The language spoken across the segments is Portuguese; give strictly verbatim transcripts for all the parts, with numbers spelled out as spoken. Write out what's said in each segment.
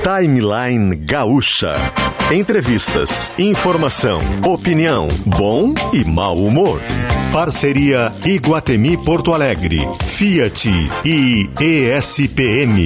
Timeline Gaúcha. Entrevistas, informação, opinião, bom e mau humor. Parceria Iguatemi Porto Alegre, Fiat e E S P M.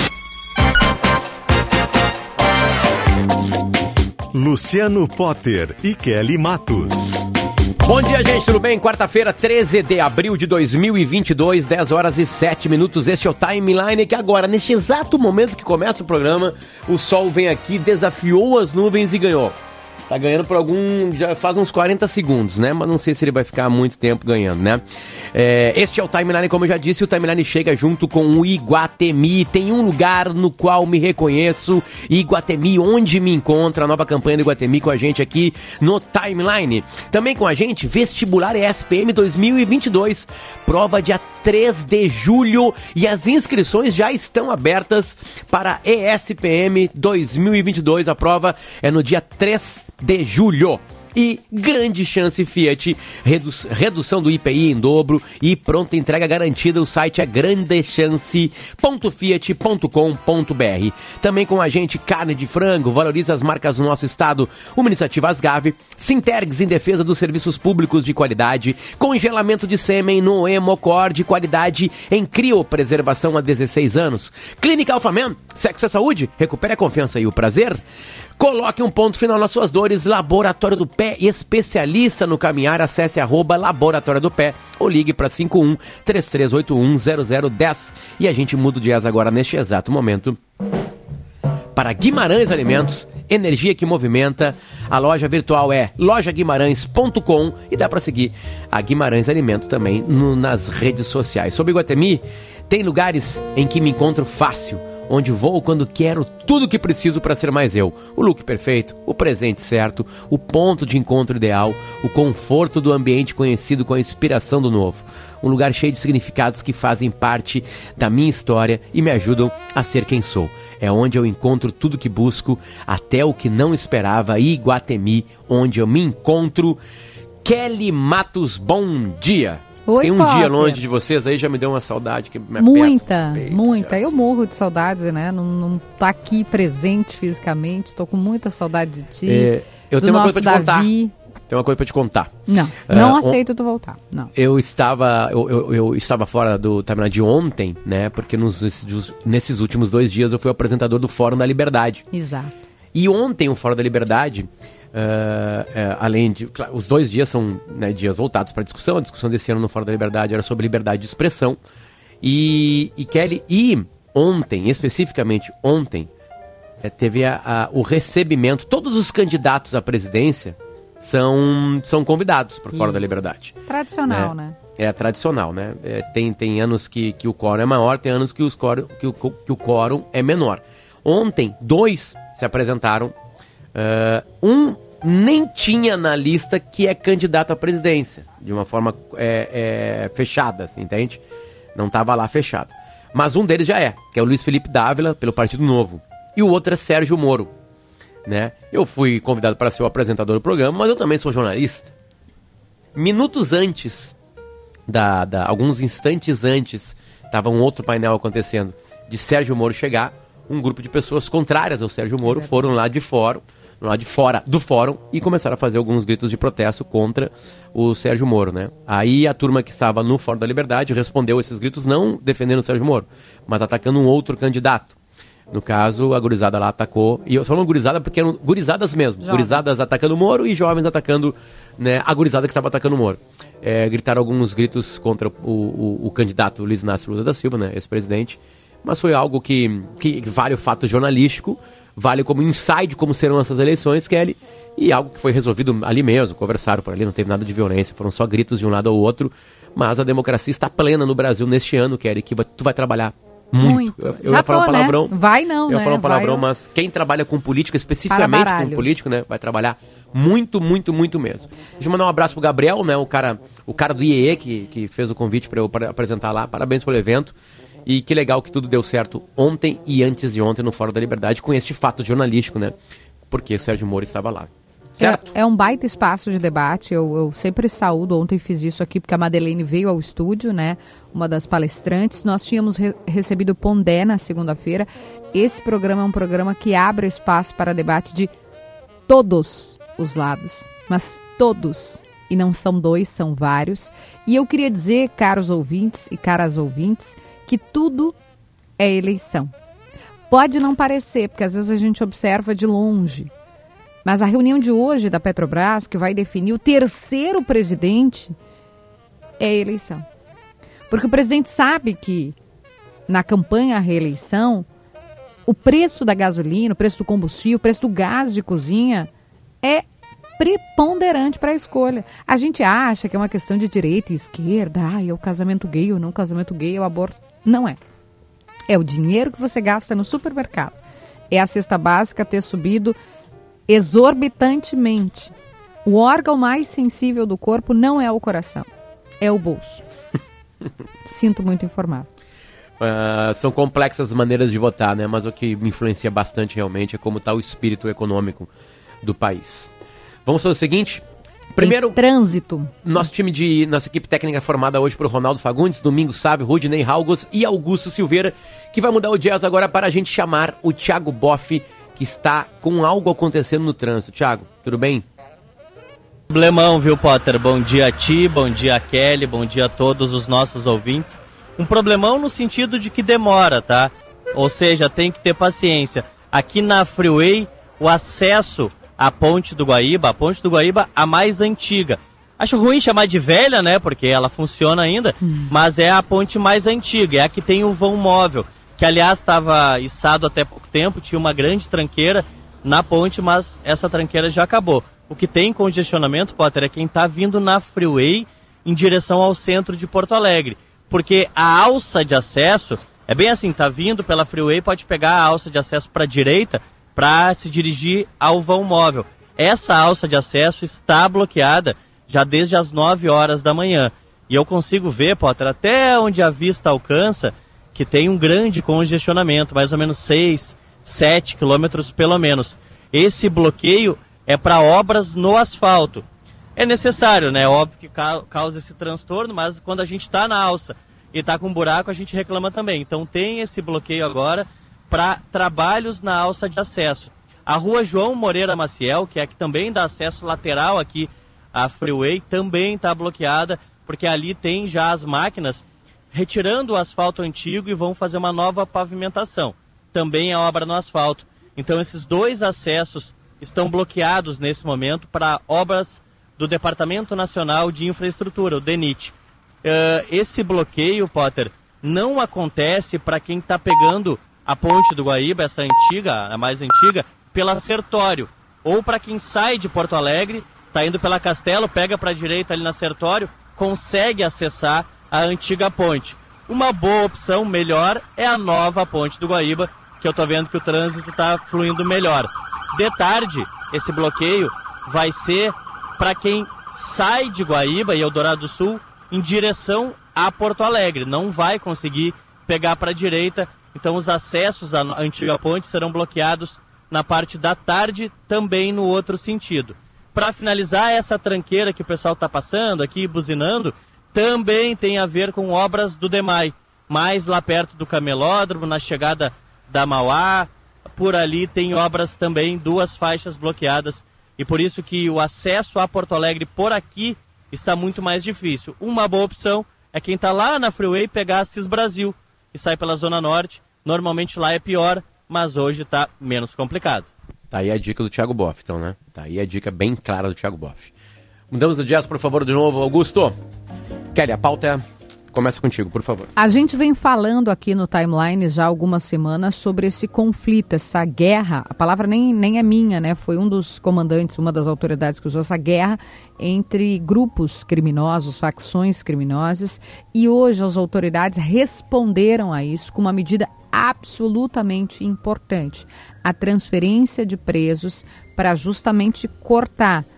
Luciano Potter e Kelly Matos. Bom dia, gente, tudo bem? Quarta-feira, treze de abril de dois mil e vinte e dois, dez horas e sete minutos. Este é o Timeline, que agora, neste exato momento que começa o programa, o sol vem aqui, desafiou as nuvens e ganhou. Tá ganhando por algum... já faz uns quarenta segundos, né? Mas não sei se ele vai ficar muito tempo ganhando, né? É, este é o Timeline, como eu já disse, o Timeline chega junto com o Iguatemi. Tem um lugar no qual me reconheço, Iguatemi, onde me encontra. A nova campanha do Iguatemi com a gente aqui no Timeline. Também com a gente, Vestibular E S P M dois mil e vinte e dois. Prova dia três de julho e as inscrições já estão abertas para E S P M dois mil e vinte e dois. A prova é no dia três de julho. E grande chance Fiat, redu- redução do I P I em dobro e pronta entrega garantida. O site é grandechance ponto fiat ponto com ponto b r. Também com a gente, carne de frango, valoriza as marcas do nosso estado. Uma iniciativa Asgave, Sintergs em defesa dos serviços públicos de qualidade, congelamento de sêmen no Hemocor de qualidade em criopreservação há dezesseis anos. Clínica Alphaman, sexo é saúde, recupere a confiança e o prazer. Coloque um ponto final nas suas dores. Laboratório do Pé, especialista no caminhar. Acesse arroba Laboratório do Pé ou ligue para cinco um, três três oito um, zero zero um zero. E a gente muda o jazz agora neste exato momento para Guimarães Alimentos, energia que movimenta. A loja virtual é loja guimarães ponto com e dá para seguir a Guimarães Alimentos também no, nas redes sociais. Sobre Iguatemi, tem lugares em que me encontro fácil, onde vou quando quero tudo o que preciso para ser mais eu. O look perfeito, o presente certo, o ponto de encontro ideal, o conforto do ambiente conhecido com a inspiração do novo. Um lugar cheio de significados que fazem parte da minha história e me ajudam a ser quem sou. É onde eu encontro tudo que busco, até o que não esperava. Iguatemi, onde eu me encontro. Kelly Matos, bom dia. Oi, Tem um Potter. dia longe de vocês aí, já me deu uma saudade. Que me Muita, aperta. muita. Eita, Eu morro de saudades, né? Não, não tá aqui presente fisicamente. Tô com muita saudade de ti, É, eu do tenho uma nosso coisa pra te Davi. contar. Tem uma coisa pra te contar. Não, não Uh, aceito tu voltar. Não. Eu estava, eu, eu, eu estava fora do timeline de ontem, né? Porque nos, nesses últimos dois dias eu fui apresentador do Fórum da Liberdade. Exato. E ontem o Fórum da Liberdade, uh, uh, além de... Claro, os dois dias são, né, dias voltados para discussão. A discussão desse ano no Fórum da Liberdade era sobre liberdade de expressão. E, e Kelly, e ontem, especificamente ontem, é, teve a, a, o recebimento. Todos os candidatos à presidência são, são convidados para o Fórum da Liberdade. Tradicional, né? né? É tradicional, né? É, tem, tem anos que, que o quórum é maior, tem anos que, os quórum, que, o, que o quórum é menor. Ontem, dois se apresentaram. Uh, um nem tinha na lista que é candidato à presidência, de uma forma é, é, fechada, assim, entende? Não estava lá fechado. Mas um deles já é, que é o Luiz Felipe Dávila, pelo Partido Novo. E o outro é Sérgio Moro, né? Eu fui convidado para ser o apresentador do programa, mas eu também sou jornalista. Minutos antes, da, da, alguns instantes antes, estava um outro painel acontecendo, de Sérgio Moro chegar. Um grupo de pessoas contrárias ao Sérgio Moro foram lá de fora, lá de fora do fórum e começaram a fazer alguns gritos de protesto contra o Sérgio Moro, né? Aí a turma que estava no Fórum da Liberdade respondeu esses gritos não defendendo o Sérgio Moro, mas atacando um outro candidato. No caso, a gurizada lá atacou, e eu só não gurizada porque eram gurizadas mesmo, jovens. Gurizadas atacando o Moro e jovens atacando, né, a gurizada que estava atacando o Moro. É, gritaram alguns gritos contra o, o, o candidato Luiz Inácio Lula da Silva, né, ex-presidente. Mas foi algo que, que vale o fato jornalístico, vale como insight como serão essas eleições, Kelly, e algo que foi resolvido ali mesmo, conversaram por ali, não teve nada de violência, foram só gritos de um lado ao outro, mas a democracia está plena no Brasil neste ano, Kelly, que vai, tu vai trabalhar muito. muito. Eu, eu Já ia falar tô, um palavrão. Né? Vai não, Eu ia né? falar um palavrão, vai, mas quem trabalha com política, especificamente com político, né, vai trabalhar muito, muito, muito mesmo. Deixa eu mandar um abraço pro Gabriel, né, o cara, o cara do I E E que, que fez o convite para eu apresentar lá, parabéns pelo evento. E que legal que tudo deu certo ontem e antes de ontem no Fórum da Liberdade com este fato jornalístico, né? Porque o Sérgio Moro estava lá. certo? É, é um baita espaço de debate, eu, eu sempre saúdo, ontem fiz isso aqui porque a Madeleine veio ao estúdio, né, uma das palestrantes, nós tínhamos re- recebido o Pondé na segunda-feira. Esse programa é um programa que abre espaço para debate de todos os lados, mas todos, e não são dois, são vários. E eu queria dizer, caros ouvintes e caras ouvintes, que tudo é eleição. Pode não parecer, porque às vezes a gente observa de longe, mas a reunião de hoje da Petrobras, que vai definir o terceiro presidente, é eleição. Porque o presidente sabe que na campanha à reeleição, o preço da gasolina, o preço do combustível, o preço do gás de cozinha é preponderante para a escolha. A gente acha que é uma questão de direita e esquerda, ah, é o casamento gay ou não casamento gay, é o aborto. Não é. É o dinheiro que você gasta no supermercado. É a cesta básica ter subido exorbitantemente. O órgão mais sensível do corpo não é o coração, é o bolso. Sinto muito informar. Uh, são complexas maneiras de votar, né? Mas o que me influencia bastante realmente é como está o espírito econômico do país. Vamos fazer o seguinte... Primeiro, em trânsito. Nosso time de. Nossa equipe técnica é formada hoje por Ronaldo Fagundes, Domingos Sávio, Rudney Halgos e Augusto Silveira, que vai mudar o jazz agora para a gente chamar o Thiago Boff, que está com algo acontecendo no trânsito. Thiago, tudo bem? Problemão, viu, Potter? Bom dia a ti, bom dia a Kelly, bom dia a todos os nossos ouvintes. Um problemão no sentido de que demora, tá? Ou seja, tem que ter paciência. Aqui na Freeway, o acesso a Ponte do Guaíba, a Ponte do Guaíba, a mais antiga. Acho ruim chamar de velha, né, porque ela funciona ainda, hum. mas é a ponte mais antiga, é a que tem o vão móvel, que aliás estava içado até pouco tempo, tinha uma grande tranqueira na ponte, mas essa tranqueira já acabou. O que tem congestionamento, Potter, é quem está vindo na Freeway em direção ao centro de Porto Alegre, porque a alça de acesso, é bem assim, tá vindo pela Freeway, pode pegar a alça de acesso para a direita, para se dirigir ao vão móvel. Essa alça de acesso está bloqueada já desde as nove horas da manhã. E eu consigo ver, Potter, até onde a vista alcança, que tem um grande congestionamento, mais ou menos seis, sete quilômetros pelo menos. Esse bloqueio é para obras no asfalto. É necessário, né? Óbvio que ca- causa esse transtorno, mas quando a gente está na alça e está com buraco, a gente reclama também. Então tem esse bloqueio agora para trabalhos na alça de acesso. A rua João Moreira Maciel, que é a que também dá acesso lateral aqui à Freeway, também está bloqueada, porque ali tem já as máquinas retirando o asfalto antigo e vão fazer uma nova pavimentação. Também é obra no asfalto. Então esses dois acessos estão bloqueados nesse momento para obras do Departamento Nacional de Infraestrutura, o DENIT. Uh, esse bloqueio, Potter, não acontece para quem está pegando a Ponte do Guaíba, essa antiga, a mais antiga, pela Sertório. Ou para quem sai de Porto Alegre, está indo pela Castelo, pega para a direita ali na Sertório, consegue acessar a antiga ponte. Uma boa opção, melhor, é a nova Ponte do Guaíba, que eu estou vendo que o trânsito está fluindo melhor. De tarde, esse bloqueio vai ser para quem sai de Guaíba e Eldorado do Sul em direção a Porto Alegre. Não vai conseguir pegar para a direita. Então os acessos à antiga ponte serão bloqueados na parte da tarde, também no outro sentido. Para finalizar, essa tranqueira que o pessoal está passando aqui, buzinando, também tem a ver com obras do DEMAI. Mais lá perto do Camelódromo, na chegada da Mauá, por ali tem obras também, duas faixas bloqueadas. E por isso que o acesso a Porto Alegre por aqui está muito mais difícil. Uma boa opção é quem está lá na Freeway pegar a Cis Brasil e sai pela Zona Norte. Normalmente lá é pior, mas hoje está menos complicado. Tá aí a dica do Thiago Boff, então, né? Tá aí a dica bem clara do Thiago Boff. Mudamos o jazz, por favor, de novo, Augusto. Kelly, a pauta começa contigo, por favor. A gente vem falando aqui no Timeline já há algumas semanas sobre esse conflito, essa guerra. A palavra nem, nem é minha, né? Foi um dos comandantes, uma das autoridades que usou essa guerra entre grupos criminosos, facções criminosas. E hoje as autoridades responderam a isso com uma medida absolutamente importante: a transferência de presos para justamente cortar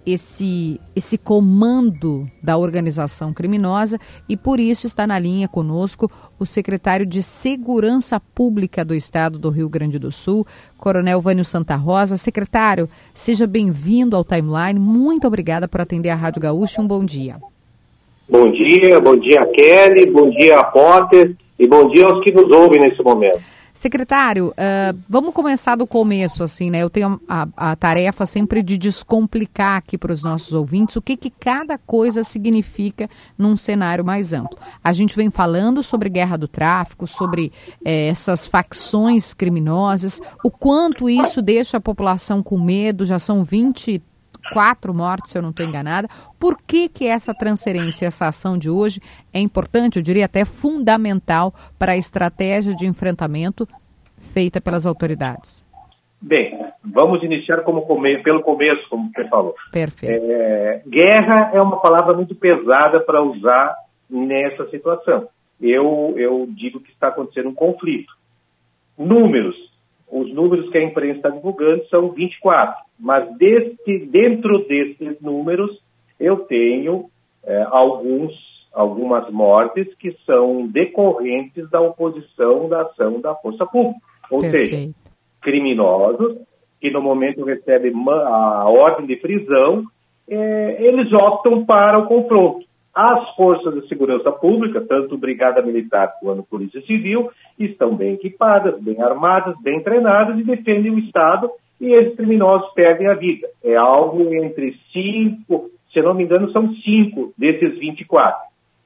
esse, esse comando da organização criminosa, e por isso está na linha conosco o secretário de Segurança Pública do Estado do Rio Grande do Sul, Coronel Vânio Santa Rosa. Secretário, seja bem-vindo ao Timeline. Muito obrigada por atender a Rádio Gaúcha. Um bom dia. Bom dia, bom dia, Kelly, bom dia, Potter, e bom dia aos que nos ouvem nesse momento. Secretário, uh, vamos começar do começo, assim, né? Eu tenho a, a tarefa sempre de descomplicar aqui para os nossos ouvintes o que, que cada coisa significa num cenário mais amplo. A gente vem falando sobre guerra do tráfico, sobre eh, essas facções criminosas, o quanto isso deixa a população com medo. Já são vinte quatro mortes, se eu não estou enganada. Por que que essa transferência, essa ação de hoje é importante, eu diria até fundamental, para a estratégia de enfrentamento feita pelas autoridades? Bem, vamos iniciar como come- pelo começo, como você falou. Perfeito. É, guerra é uma palavra muito pesada para usar nessa situação. Eu, eu digo que está acontecendo um conflito. Números. Os números que a imprensa está divulgando são vinte e quatro. Mas deste, dentro desses números, eu tenho é, alguns, algumas mortes que são decorrentes da oposição da ação da força pública. Ou Perfeito. seja, criminosos que no momento recebem a ordem de prisão, é, eles optam para o confronto. As forças de segurança pública, tanto Brigada Militar quanto Polícia Civil, estão bem equipadas, bem armadas, bem treinadas e defendem o Estado, e esses criminosos perdem a vida. É algo entre cinco, se não me engano, são cinco desses vinte e quatro.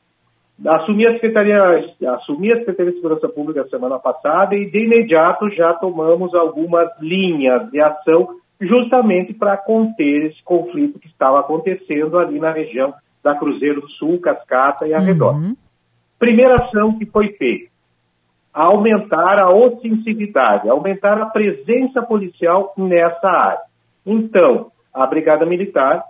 Assumi a Secretaria, assumi a Secretaria de Segurança Pública semana passada e de imediato já tomamos algumas linhas de ação justamente para conter esse conflito que estava acontecendo ali na região da Cruzeiro do Sul, Cascata e arredor. Uhum. Primeira ação que foi feita, aumentar a ostensividade, aumentar a presença policial nessa área. Então, a Brigada Militar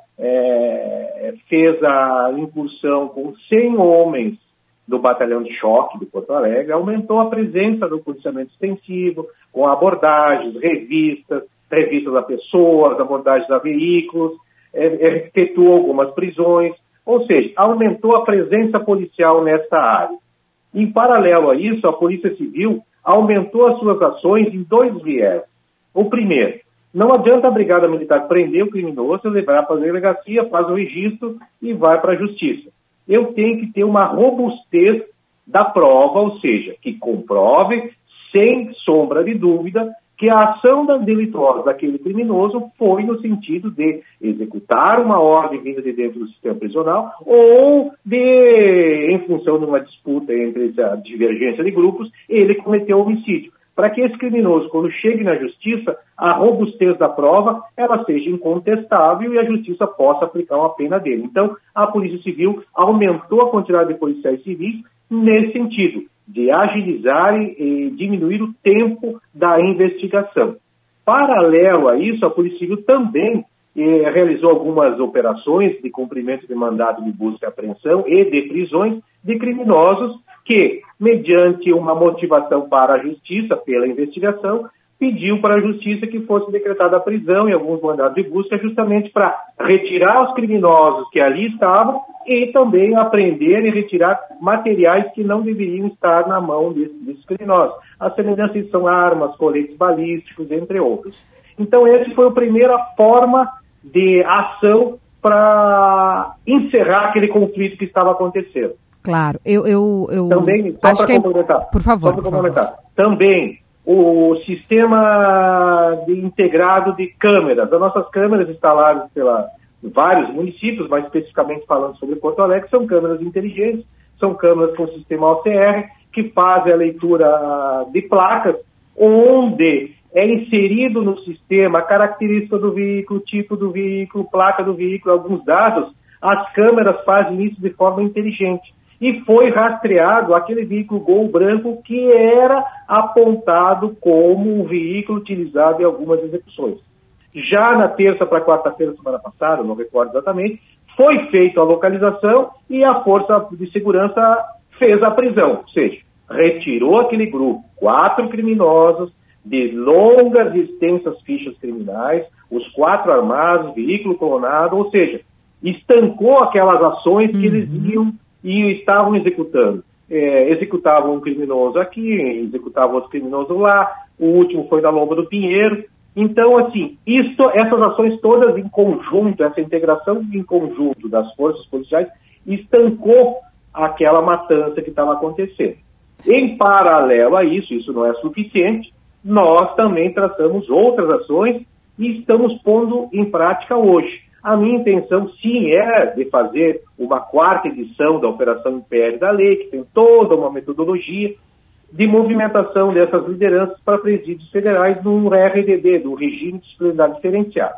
é, fez a incursão com cem homens do Batalhão de Choque de Porto Alegre, aumentou a presença do policiamento extensivo, com abordagens, revistas, revistas a pessoas, abordagens a veículos, é, efetuou algumas prisões, ou seja, aumentou a presença policial nessa área. Em paralelo a isso, a Polícia Civil aumentou as suas ações em dois viés. O primeiro, não adianta a Brigada Militar prender o criminoso, levar para a delegacia, faz o registro e vai para a justiça. Eu tenho que ter uma robustez da prova, ou seja, que comprove, sem sombra de dúvida, que a ação da delituosa daquele criminoso foi no sentido de executar uma ordem vinda de dentro do sistema prisional ou de, em função de uma disputa entre a divergência de grupos, ele cometeu homicídio. Para que esse criminoso, quando chegue na justiça, a robustez da prova ela seja incontestável e a justiça possa aplicar uma pena dele. Então, a Polícia Civil aumentou a quantidade de policiais civis nesse sentido, de agilizar e, e diminuir o tempo da investigação. Paralelo a isso, a Polícia Civil também eh, realizou algumas operações de cumprimento de mandado de busca e apreensão e de prisões de criminosos que, mediante uma motivação para a justiça, pela investigação, pediu para a justiça que fosse decretada a prisão e alguns mandados de busca justamente para retirar os criminosos que ali estavam e também apreender e retirar materiais que não deveriam estar na mão desses, desses criminosos. As semelhanças são armas, coletes balísticos, entre outros. Então, essa foi a primeira forma de ação para encerrar aquele conflito que estava acontecendo. Claro, eu... eu, eu também, só acho para que complementar. É... Por favor, só por complementar. favor. Também o sistema de integrado de câmeras. As nossas câmeras instaladas pela vários municípios, mais especificamente falando sobre Porto Alegre, são câmeras inteligentes, são câmeras com sistema O C R, que fazem a leitura de placas, onde é inserido no sistema a característica do veículo, tipo do veículo, placa do veículo, alguns dados. As câmeras fazem isso de forma inteligente. E foi rastreado aquele veículo Gol branco que era apontado como um veículo utilizado em algumas execuções. Já na terça para quarta-feira, semana passada, não recordo exatamente, foi feita a localização e a Força de Segurança fez a prisão. Ou seja, retirou aquele grupo, quatro criminosos, de longas e extensas fichas criminais, os quatro armados, veículo clonado, ou seja, estancou aquelas ações que uhum. eles iam e estavam executando. É, executavam um criminoso aqui, executavam outro criminoso lá, o último foi na Lomba do Pinheiro. Então, assim, isso, essas ações todas em conjunto, essa integração em conjunto das forças policiais, estancou aquela matança que estava acontecendo. Em paralelo a isso, isso não é suficiente, nós também traçamos outras ações e estamos pondo em prática hoje. A minha intenção, sim, é de fazer uma quarta edição da Operação Império da Lei, que tem toda uma metodologia de movimentação dessas lideranças para presídios federais no R D D, do Regime Disciplinar Diferenciado.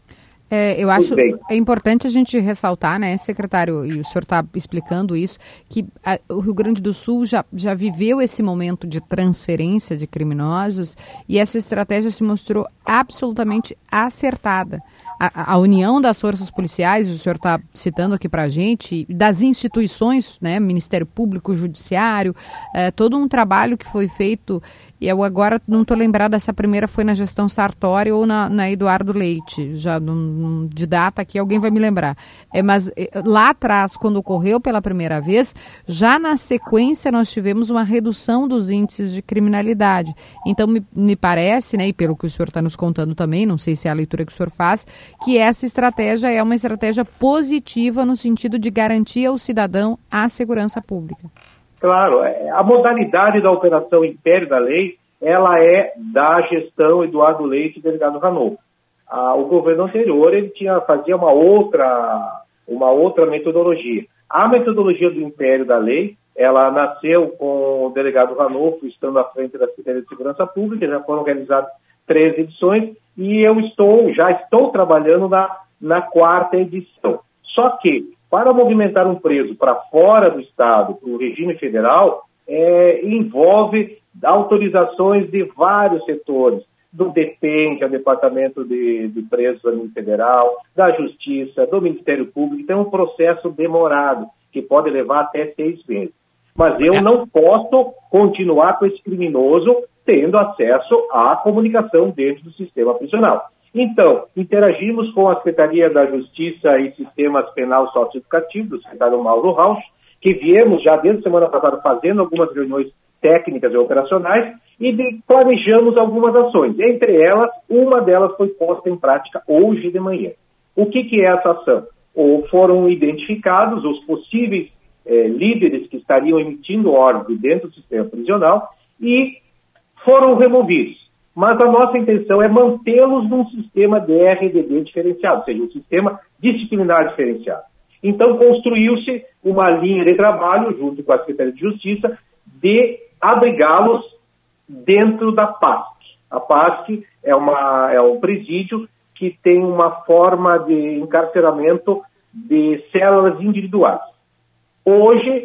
É, eu acho é importante a gente ressaltar, né, secretário, e o senhor está explicando isso, que a, o Rio Grande do Sul já, já viveu esse momento de transferência de criminosos e essa estratégia se mostrou absolutamente acertada. A, a união das forças policiais, o senhor está citando aqui para a gente, das instituições, né, Ministério Público, Judiciário, é, todo um trabalho que foi feito, e eu agora não estou lembrada se a primeira foi na gestão Sartori ou na, na Eduardo Leite, já num, de data aqui alguém vai me lembrar. É, mas lá atrás, quando ocorreu pela primeira vez, já na sequência nós tivemos uma redução dos índices de criminalidade. Então me, me parece, né, e pelo que o senhor está nos contando também, não sei se é a leitura que o senhor faz, que essa estratégia é uma estratégia positiva no sentido de garantir ao cidadão a segurança pública. Claro, a modalidade da Operação Império da Lei, ela é da gestão Eduardo Leite e delegado Ranolfo. Ah, o governo anterior ele tinha, fazia uma outra, uma outra metodologia. A metodologia do Império da Lei, ela nasceu com o delegado Ranolfo estando à frente da Secretaria de Segurança Pública, já foram realizadas três edições, e eu estou, já estou trabalhando na, na quarta edição. Só que, para movimentar um preso para fora do Estado, para o regime federal, é, envolve autorizações de vários setores, do DEPEN, que é o Departamento de, de Presos a nível federal, da Justiça, do Ministério Público. Então é um processo demorado, que pode levar até seis meses. Mas eu não posso continuar com esse criminoso tendo acesso à comunicação dentro do sistema prisional. Então, interagimos com a Secretaria da Justiça e Sistemas Penal Socioeducativo, do secretário Mauro Rauch, que viemos já desde a semana passada fazendo algumas reuniões técnicas e operacionais e de, planejamos algumas ações. Entre elas, uma delas foi posta em prática hoje de manhã. O que, que é essa ação? Ou foram identificados os possíveis eh, líderes que estariam emitindo ordens dentro do sistema prisional e foram removidos. Mas a nossa intenção é mantê-los num sistema de R D D diferenciado, ou seja, um sistema disciplinar diferenciado. Então, construiu-se uma linha de trabalho, junto com a Secretaria de Justiça, de abrigá-los dentro da P A S C. A P A S C é, uma, é um presídio que tem uma forma de encarceramento de células individuais. Hoje,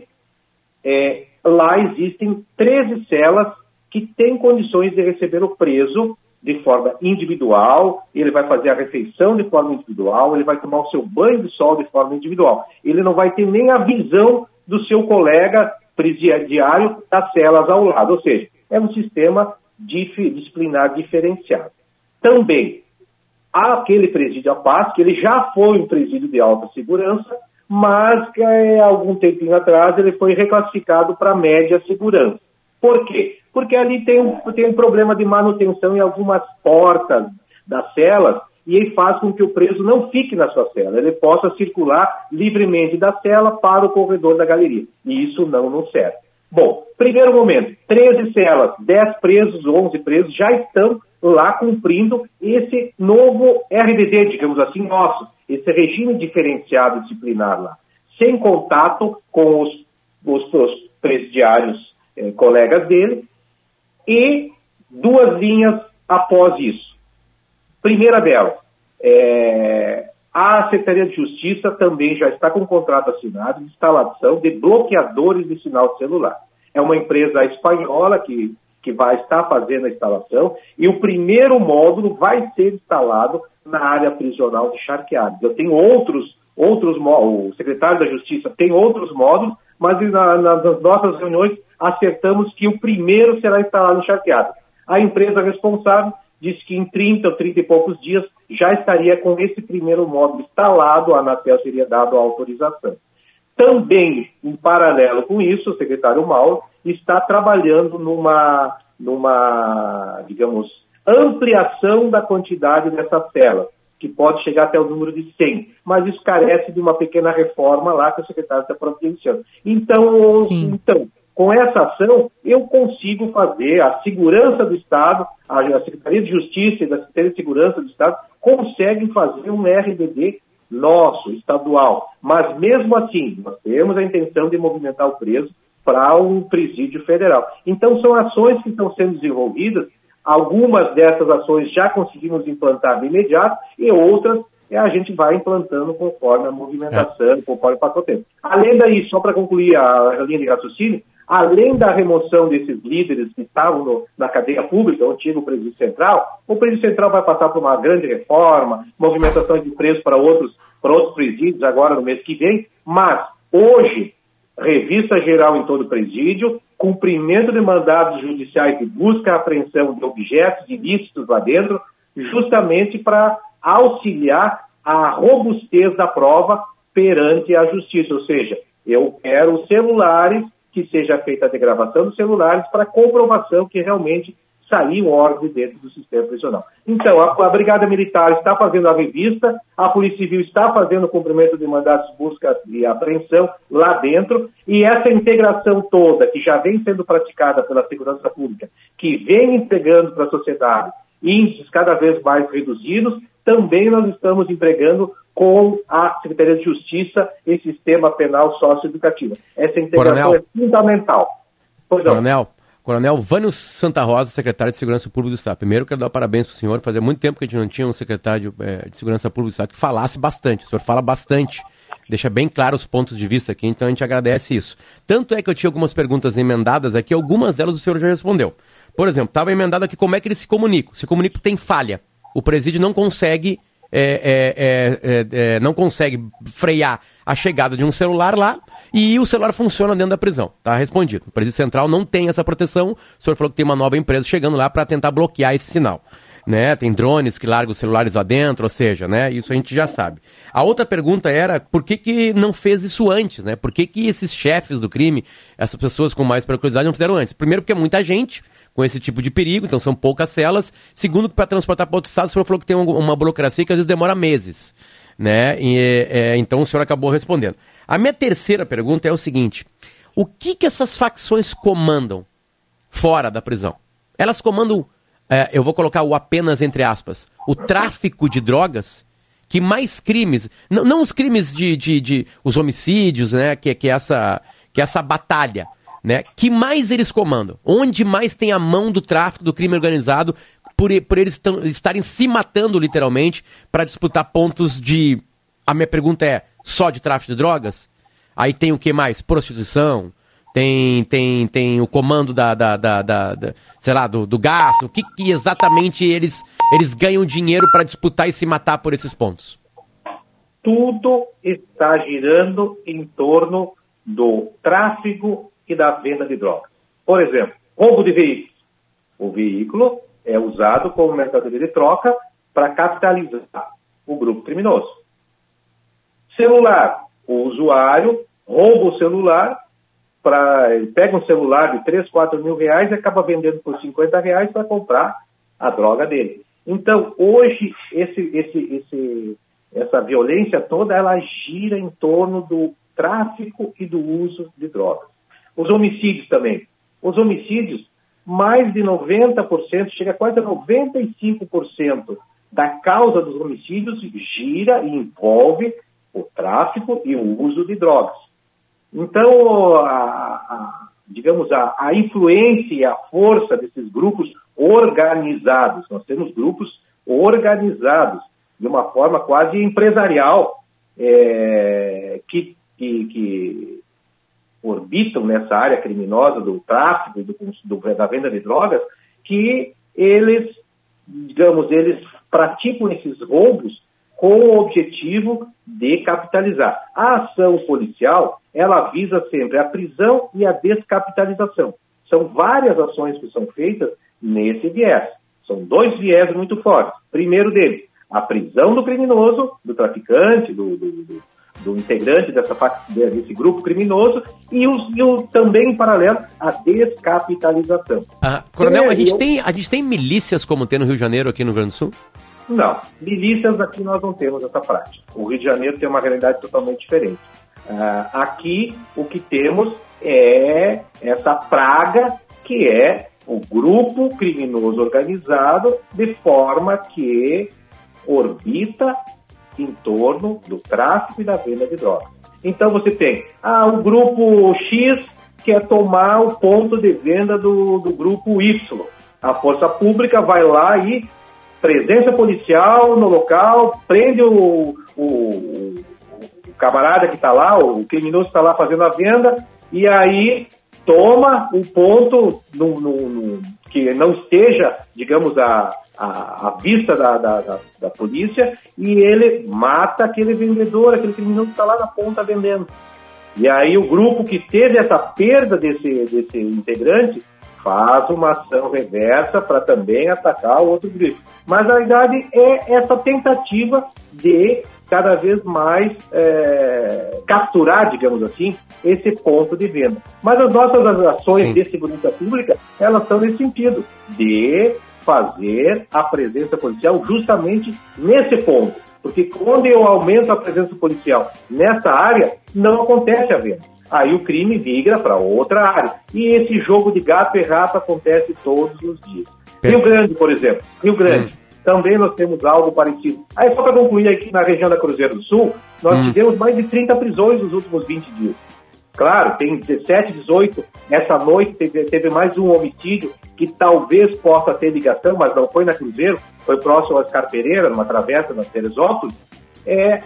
é, lá existem treze células que têm condições de receber o preso de forma individual, ele vai fazer a refeição de forma individual, ele vai tomar o seu banho de sol de forma individual. Ele não vai ter nem a visão do seu colega presidiário das celas ao lado, ou seja, é um sistema dif- disciplinar diferenciado. Também, aquele presídio a paz, que ele já foi um presídio de alta segurança, mas que é, algum tempinho atrás ele foi reclassificado para média segurança. Por quê? Porque ali tem um, tem um problema de manutenção em algumas portas das celas e ele faz com que o preso não fique na sua cela, ele possa circular livremente da cela para o corredor da galeria. E isso não nos serve. Bom, primeiro momento, treze celas, dez presos, onze presos já estão lá cumprindo esse novo R D D, digamos assim, nosso, esse regime diferenciado disciplinar lá, sem contato com os, os, os presidiários eh, colegas dele, e duas linhas após isso. Primeira delas, é, a Secretaria de Justiça também já está com um contrato assinado de instalação de bloqueadores de sinal celular. É uma empresa espanhola que, que vai estar fazendo a instalação e o primeiro módulo vai ser instalado na área prisional de Charqueadas. Eu tenho outros, outros módulos, o secretário da Justiça tem outros módulos, mas na, na, nas nossas reuniões acertamos que o primeiro será instalado em Charqueadas. A empresa responsável disse que em trinta ou trinta e poucos dias já estaria com esse primeiro módulo instalado, a Anatel teria dado a autorização. Também, em paralelo com isso, o secretário Mauro está trabalhando numa, numa, digamos, ampliação da quantidade dessas telas, que pode chegar até o número de cem, mas isso carece de uma pequena reforma lá que o secretário está providenciando. Então, então, com essa ação, eu consigo fazer, a segurança do Estado, a Secretaria de Justiça e da Secretaria de Segurança do Estado conseguem fazer um R D D nosso, estadual. Mas mesmo assim, nós temos a intenção de movimentar o preso para um presídio federal. Então, são ações que estão sendo desenvolvidas. Algumas dessas ações já conseguimos implantar de imediato e outras a gente vai implantando conforme a movimentação, é. conforme passa o tempo. Além daí, só para concluir a, a linha de raciocínio, além da remoção desses líderes que estavam no, na cadeia pública, o antigo presídio central, o presídio central vai passar por uma grande reforma, movimentações de preços para outros, para outros presídios agora no mês que vem, mas hoje, revista geral em todo o presídio, cumprimento de mandados judiciais de busca e apreensão de objetos ilícitos lá dentro, justamente para auxiliar a robustez da prova perante a justiça. Ou seja, eu quero celulares, que seja feita a degravação dos celulares para comprovação que realmente saiu ordem dentro do sistema prisional. Então, a, a Brigada Militar está fazendo a revista, a Polícia Civil está fazendo o cumprimento de mandados de busca e apreensão lá dentro, e essa integração toda, que já vem sendo praticada pela Segurança Pública, que vem entregando para a sociedade índices cada vez mais reduzidos, também nós estamos empregando com a Secretaria de Justiça e Sistema Penal Socioeducativo. Essa integração Coronel, é fundamental. Pois Coronel, não. Coronel Vânio Santa Rosa, secretário de Segurança Pública do Estado. Primeiro, quero dar parabéns para o senhor. Fazia muito tempo que a gente não tinha um secretário de, é, de Segurança Pública do Estado que falasse bastante. O senhor fala bastante, deixa bem claro os pontos de vista aqui, então a gente agradece isso. Tanto é que eu tinha algumas perguntas emendadas aqui, algumas delas o senhor já respondeu. Por exemplo, estava emendado aqui como é que eles se comunicam. Se comunicam tem falha. O presídio não consegue... É, é, é, é, não consegue frear a chegada de um celular lá e o celular funciona dentro da prisão. Tá respondido. O presídio central não tem essa proteção. O senhor falou que tem uma nova empresa chegando lá para tentar bloquear esse sinal. Né? Tem drones que largam os celulares lá dentro, ou seja, né? Isso a gente já sabe. A outra pergunta era por que, que não fez isso antes, né? Por que, que esses chefes do crime, essas pessoas com mais periculosidade não fizeram antes? Primeiro porque é muita gente com esse tipo de perigo, então são poucas celas. Segundo, para transportar para outro estado, o senhor falou que tem uma burocracia que às vezes demora meses, né? E, é, então o senhor acabou respondendo. A minha terceira pergunta é o seguinte: o que que essas facções comandam fora da prisão? Elas comandam, é, eu vou colocar o apenas entre aspas, o tráfico de drogas? Que mais crimes, não, não os crimes de, de, de os homicídios, né? Que, que, essa, que essa batalha, né? Que mais eles comandam? Onde mais tem a mão do tráfico, do crime organizado, por, por eles tão, estarem se matando literalmente para disputar pontos de... A minha pergunta é, só de tráfico de drogas? Aí tem o que mais? Prostituição? Tem, tem, tem o comando da, da, da, da, da sei lá, do, do gás? O que, que exatamente eles, eles ganham dinheiro para disputar e se matar por esses pontos? Tudo está girando em torno do tráfico e da venda de drogas. Por exemplo, roubo de veículos. O veículo é usado como mercadoria de troca para capitalizar o grupo criminoso. Celular. O usuário rouba o celular, pra, ele pega um celular de três, quatro mil reais e acaba vendendo por cinquenta reais para comprar a droga dele. Então, hoje, esse, esse, esse, essa violência toda, ela gira em torno do tráfico e do uso de drogas. Os homicídios também. Os homicídios, mais de noventa por cento, chega a quase a noventa e cinco por cento da causa dos homicídios gira e envolve o tráfico e o uso de drogas. Então, a, a, digamos, a, a influência e a força desses grupos organizados, nós temos grupos organizados de uma forma quase empresarial, é, que, que, que orbitam nessa área criminosa do tráfico, do, do, da venda de drogas, que eles, digamos, eles praticam esses roubos com o objetivo de capitalizar. A ação policial, ela visa sempre a prisão e a descapitalização. São várias ações que são feitas nesse viés. São dois viés muito fortes. Primeiro deles, a prisão do criminoso, do traficante, do, do, do, do integrante dessa, desse grupo criminoso, e, os, e o, também, em paralelo, a descapitalização. Ah, Coronel, é, a gente, eu... tem, a gente tem milícias como tem no Rio de Janeiro, aqui no Rio Grande do Sul? Não, milícias aqui nós não temos essa prática. O Rio de Janeiro tem uma realidade totalmente diferente. Uh, aqui o que temos é essa praga que é o grupo criminoso organizado, de forma que orbita em torno do tráfico e da venda de drogas. Então você tem ah, o grupo X quer tomar o ponto de venda do, do grupo Y. A força pública vai lá e presença policial no local, prende o, o, o camarada que está lá, o criminoso que está lá fazendo a venda, e aí toma o ponto no, no, no, que não esteja, digamos, à, à, à vista da, da, da, da polícia, e ele mata aquele vendedor, aquele criminoso que está lá na ponta vendendo. E aí o grupo que teve essa perda desse, desse integrante faz uma ação reversa para também atacar o outro grupo. Mas a verdade é essa tentativa de cada vez mais é, capturar, digamos assim, esse ponto de venda. Mas as nossas ações Sim. de segurança pública, elas são nesse sentido, de fazer a presença policial justamente nesse ponto. Porque quando eu aumento a presença policial nessa área, não acontece a venda. Aí o crime migra para outra área. E esse jogo de gato e rato acontece todos os dias. Rio Grande, por exemplo. Rio Grande. Hum. Também nós temos algo parecido. Aí, só para concluir, aqui na região da Cruzeiro do Sul, nós hum. tivemos mais de trinta prisões nos últimos vinte dias. Claro, tem dezessete, dezoito. Essa noite teve, teve mais um homicídio que talvez possa ter ligação, mas não foi na Cruzeiro, foi próximo a Oscar Pereira, numa travessa na Teresópolis. É,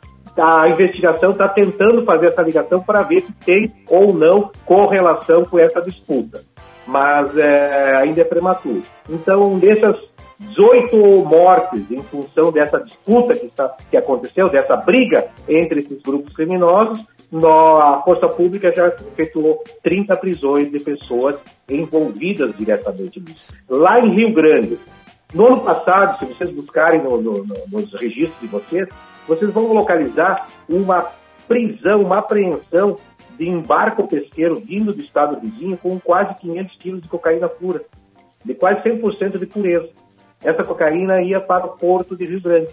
a investigação está tentando fazer essa ligação para ver se tem ou não correlação com essa disputa. Mas é, ainda é prematuro. Então, dessas dezoito mortes em função dessa disputa que, está, que aconteceu, dessa briga entre esses grupos criminosos, no, a Força Pública já efetuou trinta prisões de pessoas envolvidas diretamente nisso. Lá em Rio Grande, no ano passado, se vocês buscarem no, no, no, nos registros de vocês, vocês vão localizar uma prisão, uma apreensão de um barco pesqueiro vindo do estado vizinho com quase quinhentos quilos de cocaína pura, de quase cem por cento de pureza. Essa cocaína ia para o porto de Rio Grande.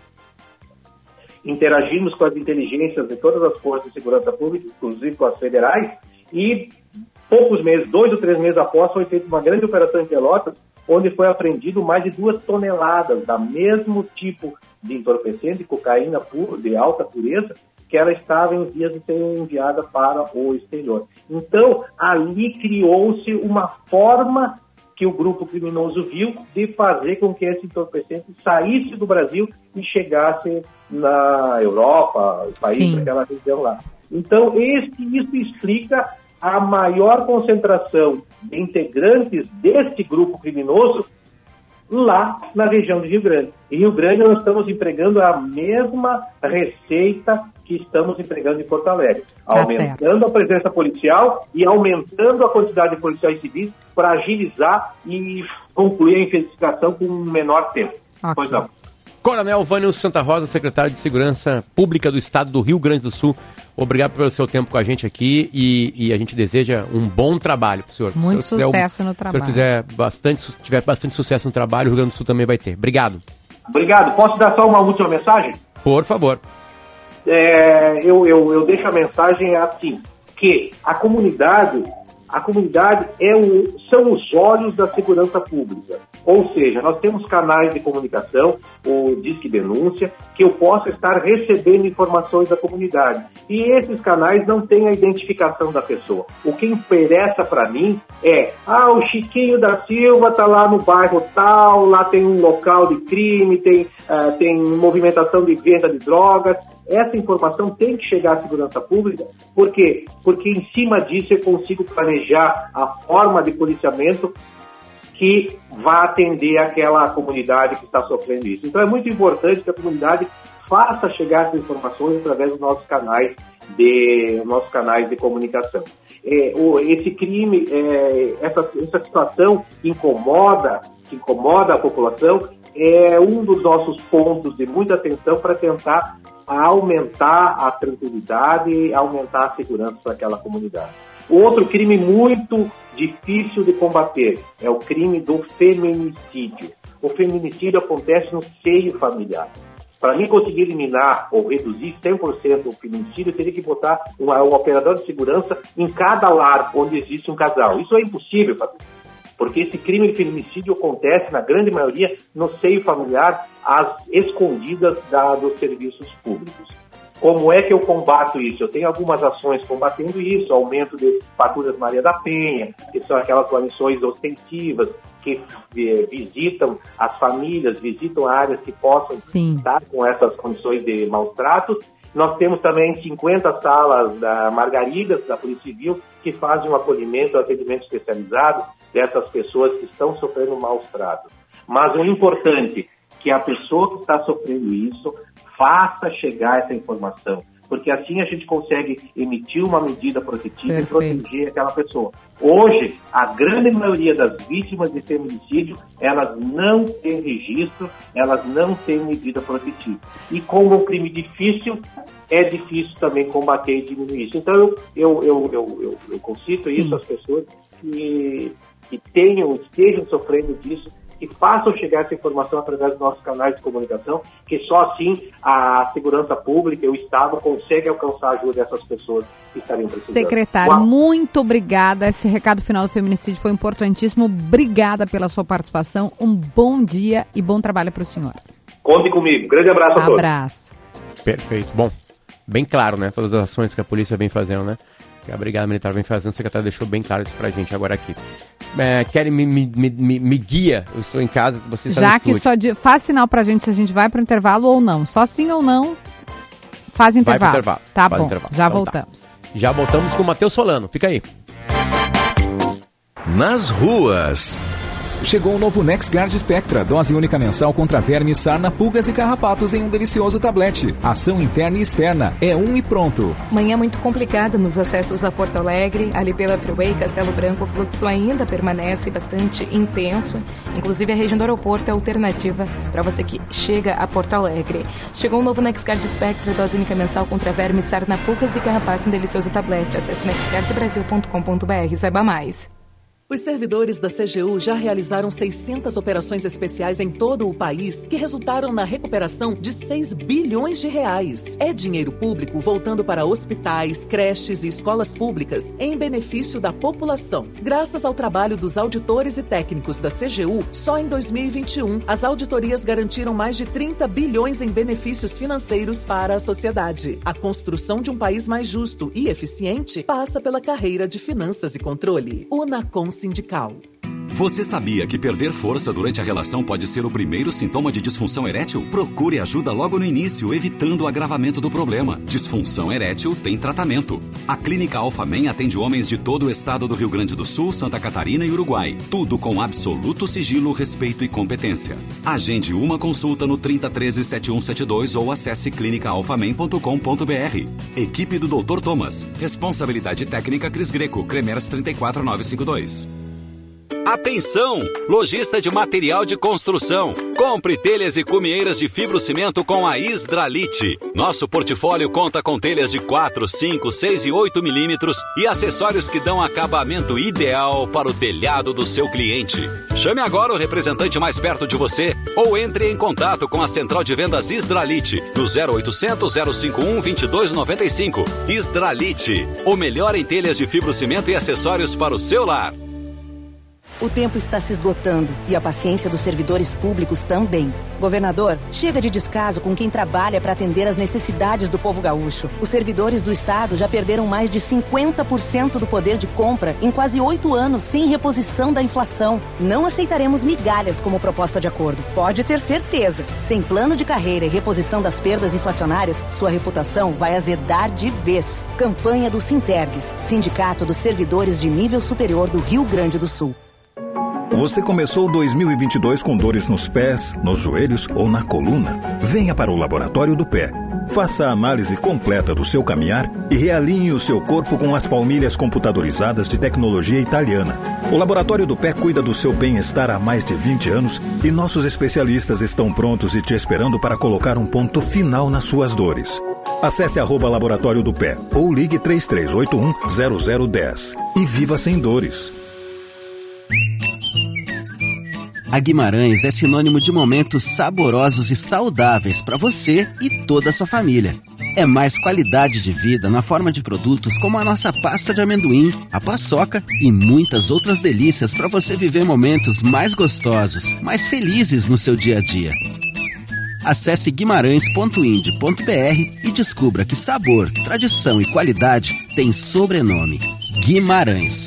Interagimos com as inteligências de todas as forças de segurança pública, inclusive com as federais, e poucos meses, dois ou três meses após, foi feita uma grande operação em Pelotas, onde foi apreendido mais de duas toneladas da mesmo tipo de entorpecente, cocaína pura, de alta pureza, que ela estava em vias de ser enviada para o exterior. Então, ali criou-se uma forma que o grupo criminoso viu de fazer com que esse entorpecente saísse do Brasil e chegasse na Europa, o país daquela região lá. Então, esse, isso explica a maior concentração de integrantes deste grupo criminoso lá na região de Rio Grande. Em Rio Grande nós estamos empregando a mesma receita que estamos empregando em Porto Alegre, tá, aumentando certo. a presença policial e aumentando a quantidade de policiais civis para agilizar e concluir a investigação com um menor tempo. Okay. Pois não. Coronel Vânio Santa Rosa, secretário de Segurança Pública do Estado do Rio Grande do Sul, obrigado pelo seu tempo com a gente aqui e, e a gente deseja um bom trabalho para o senhor. Muito se sucesso um, no trabalho. Se o senhor quiser bastante, tiver bastante sucesso no trabalho, o Rio Grande do Sul também vai ter. Obrigado. Obrigado. Posso dar só uma última mensagem? Por favor. É, eu, eu, eu deixo a mensagem assim, que a comunidade, a comunidade é o, são os olhos da segurança pública. Ou seja, nós temos canais de comunicação, o Disque Denúncia, que eu possa estar recebendo informações da comunidade. E esses canais não têm a identificação da pessoa. O que interessa para mim é, ah, o Chiquinho da Silva está lá no bairro tal, lá tem um local de crime, tem, uh, tem movimentação de venda de drogas. Essa informação tem que chegar à segurança pública, por quê? Porque em cima disso eu consigo planejar a forma de policiamento que vai atender aquela comunidade que está sofrendo isso. Então é muito importante que a comunidade faça chegar essas informações através dos nossos canais de, nossos canais de comunicação. É, o, esse crime, é, essa, essa situação incomoda, que incomoda a população, é um dos nossos pontos de muita atenção para tentar aumentar a tranquilidade e aumentar a segurança para aquela comunidade. Outro crime muito difícil de combater é o crime do feminicídio. O feminicídio acontece no seio familiar. Para mim conseguir eliminar ou reduzir cem por cento o feminicídio, eu teria que botar um, um operador de segurança em cada lar onde existe um casal. Isso é impossível, Patrícia, porque esse crime de feminicídio acontece, na grande maioria, no seio familiar, às escondidas da, dos serviços públicos. Como é que eu combato isso? Eu tenho algumas ações combatendo isso, aumento de patrulhas Maria da Penha, que são aquelas guarnições ostensivas, que eh, visitam as famílias, visitam áreas que possam Sim. estar com essas condições de maus tratos. Nós temos também cinquenta salas da Margaridas, da Polícia Civil, que fazem um acolhimento, um atendimento especializado dessas pessoas que estão sofrendo maus tratos. Mas o importante é que a pessoa que está sofrendo isso faça chegar essa informação, porque assim a gente consegue emitir uma medida protetiva Perfeito. E proteger aquela pessoa. Hoje, a grande maioria das vítimas de feminicídio, elas não têm registro, elas não têm medida protetiva. E como é um crime difícil, é difícil também combater e diminuir isso. Então, eu, eu, eu, eu, eu, eu concito Sim. isso às pessoas que, que tenham, estejam sofrendo disso, que façam chegar essa informação através dos nossos canais de comunicação, que só assim a segurança pública e o Estado conseguem alcançar a ajuda dessas pessoas que estariam precisando. Secretário, Uau. muito obrigada. Esse recado final do feminicídio foi importantíssimo. Obrigada pela sua participação. Um bom dia e bom trabalho para o senhor. Conte comigo. Grande abraço a todos. Abraço. Perfeito. Bom, bem claro, né? Todas as ações que a polícia vem fazendo, né? Que a Brigada Militar vem fazendo, o secretário deixou bem claro isso pra gente agora aqui. É, Kelly, me, me, me, me guia, eu estou em casa, você está Já no que só de, faz sinal pra gente se a gente vai pro intervalo ou não. Só sim ou não, faz intervalo. Vai pro intervalo. Tá faz bom, intervalo. já então, voltamos. Tá. Já voltamos com o Matheus Solano, fica aí. Nas ruas. Chegou o novo NexGard Spectra, dose única mensal contra vermes, sarna, pulgas e carrapatos em um delicioso tablete. Ação interna e externa, é um e pronto. Manhã muito complicada nos acessos a Porto Alegre, ali pela Freeway Castelo Branco, o fluxo ainda permanece bastante intenso, inclusive a região do aeroporto é alternativa para você que chega a Porto Alegre. Chegou o novo NexGard Spectra, dose única mensal contra vermes, sarna, pulgas e carrapatos em um delicioso tablete. Acesse nexgard brasil ponto com ponto b r e saiba mais. Os servidores da C G U já realizaram seiscentas operações especiais em todo o país que resultaram na recuperação de seis bilhões de reais. É dinheiro público voltando para hospitais, creches e escolas públicas em benefício da população. Graças ao trabalho dos auditores e técnicos da C G U, só em dois mil e vinte e um, as auditorias garantiram mais de trinta bilhões em benefícios financeiros para a sociedade. A construção de um país mais justo e eficiente passa pela carreira de finanças e controle. Unacom Sindical. Você sabia que perder força durante a relação pode ser o primeiro sintoma de disfunção erétil? Procure ajuda logo no início, evitando o agravamento do problema. Disfunção erétil tem tratamento. A Clínica Alphamen atende homens de todo o estado do Rio Grande do Sul, Santa Catarina e Uruguai. Tudo com absoluto sigilo, respeito e competência. Agende uma consulta no trinta, treze, setenta e um setenta e dois ou acesse clinica alphamen ponto com ponto b r. Equipe do doutor Thomas. Responsabilidade técnica Cris Greco, Cremers trinta e quatro mil novecentos e cinquenta e dois. Atenção! Lojista de material de construção. Compre telhas e cumieiras de fibrocimento com a Isdralite. Nosso portfólio conta com telhas de quatro, cinco, seis e oito milímetros e acessórios que dão acabamento ideal para o telhado do seu cliente. Chame agora o representante mais perto de você ou entre em contato com a central de vendas Isdralite no zero oitocentos, zero cinquenta e um, vinte e dois noventa e cinco. Isdralite, o melhor em telhas de fibrocimento e acessórios para o seu lar. O tempo está se esgotando e a paciência dos servidores públicos também. Governador, chega de descaso com quem trabalha para atender as necessidades do povo gaúcho. Os servidores do Estado já perderam mais de cinquenta por cento do poder de compra em quase oito anos sem reposição da inflação. Não aceitaremos migalhas como proposta de acordo. Pode ter certeza. Sem plano de carreira e reposição das perdas inflacionárias, sua reputação vai azedar de vez. Campanha do Sintergues, Sindicato dos Servidores de Nível Superior do Rio Grande do Sul. Você começou dois mil e vinte e dois com dores nos pés, nos joelhos ou na coluna? Venha para o Laboratório do Pé. Faça a análise completa do seu caminhar e realinhe o seu corpo com as palmilhas computadorizadas de tecnologia italiana. O Laboratório do Pé cuida do seu bem-estar há mais de vinte anos e nossos especialistas estão prontos e te esperando para colocar um ponto final nas suas dores. Acesse arroba Laboratório do Pé ou ligue três três oito um, zero zero um zero e viva sem dores. A Guimarães é sinônimo de momentos saborosos e saudáveis para você e toda a sua família. É mais qualidade de vida na forma de produtos como a nossa pasta de amendoim, a paçoca e muitas outras delícias para você viver momentos mais gostosos, mais felizes no seu dia a dia. Acesse guimarães ponto ind ponto b r e descubra que sabor, tradição e qualidade têm sobrenome. Guimarães.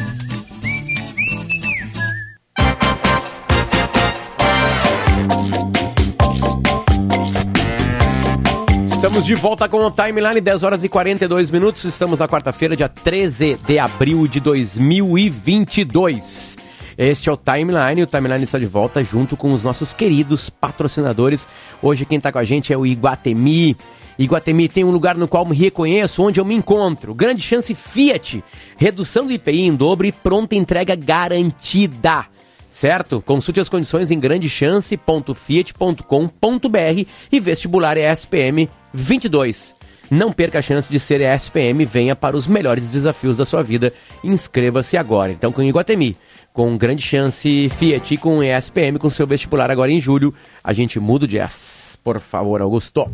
Estamos de volta com o Timeline, dez horas e quarenta e dois minutos. Estamos na quarta-feira, dia treze de abril de dois mil e vinte e dois. Este é o Timeline, o Timeline está de volta junto com os nossos queridos patrocinadores. Hoje quem está com a gente é o Iguatemi. Iguatemi tem um lugar no qual me reconheço, onde eu me encontro. Grande chance Fiat, redução do I P I em dobro e pronta entrega garantida. Certo? Consulte as condições em grande chance ponto fiat ponto com ponto b r e vestibular E S P M vinte e dois. Não perca a chance de ser E S P M, venha para os melhores desafios da sua vida. Inscreva-se agora. Então com Iguatemi, com grande chance Fiat e com E S P M, com seu vestibular agora em julho, a gente muda o jazz. Por favor, Augusto.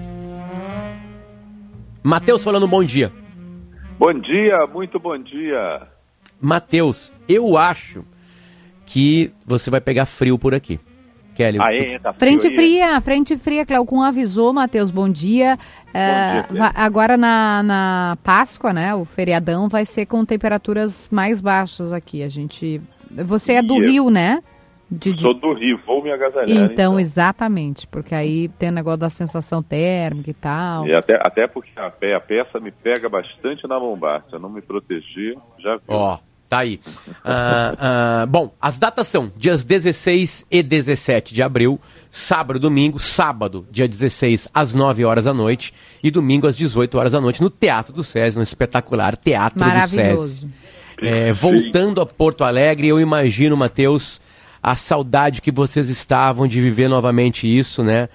Matheus falando bom dia. Bom dia, muito bom dia. Matheus, eu acho que você vai pegar frio por aqui. Kelly. Aê, tá frio frente aí. fria, frente fria, Cleocum avisou, Matheus, bom dia. É, dia, va- agora na, na Páscoa, né, o feriadão vai ser com temperaturas mais baixas aqui. A gente, você é do E eu- Rio, né? De- de- Sou do Rio, vou me agasalhar. Então, Então, exatamente, porque aí tem o negócio da sensação térmica e tal. E até, até porque a, pe- a peça me pega bastante na lombar. Se eu não me proteger, já viu. Ó, tá aí. Ah, ah, bom, as datas são dias dezesseis e dezessete de abril, sábado e domingo. Sábado, dia dezesseis, às nove horas da noite, e domingo às dezoito horas da noite, no Teatro do SESI, no espetacular Teatro do Maravilhoso. SESI. É, voltando a Porto Alegre, eu imagino, Matheus, a saudade que vocês estavam de viver novamente isso, né?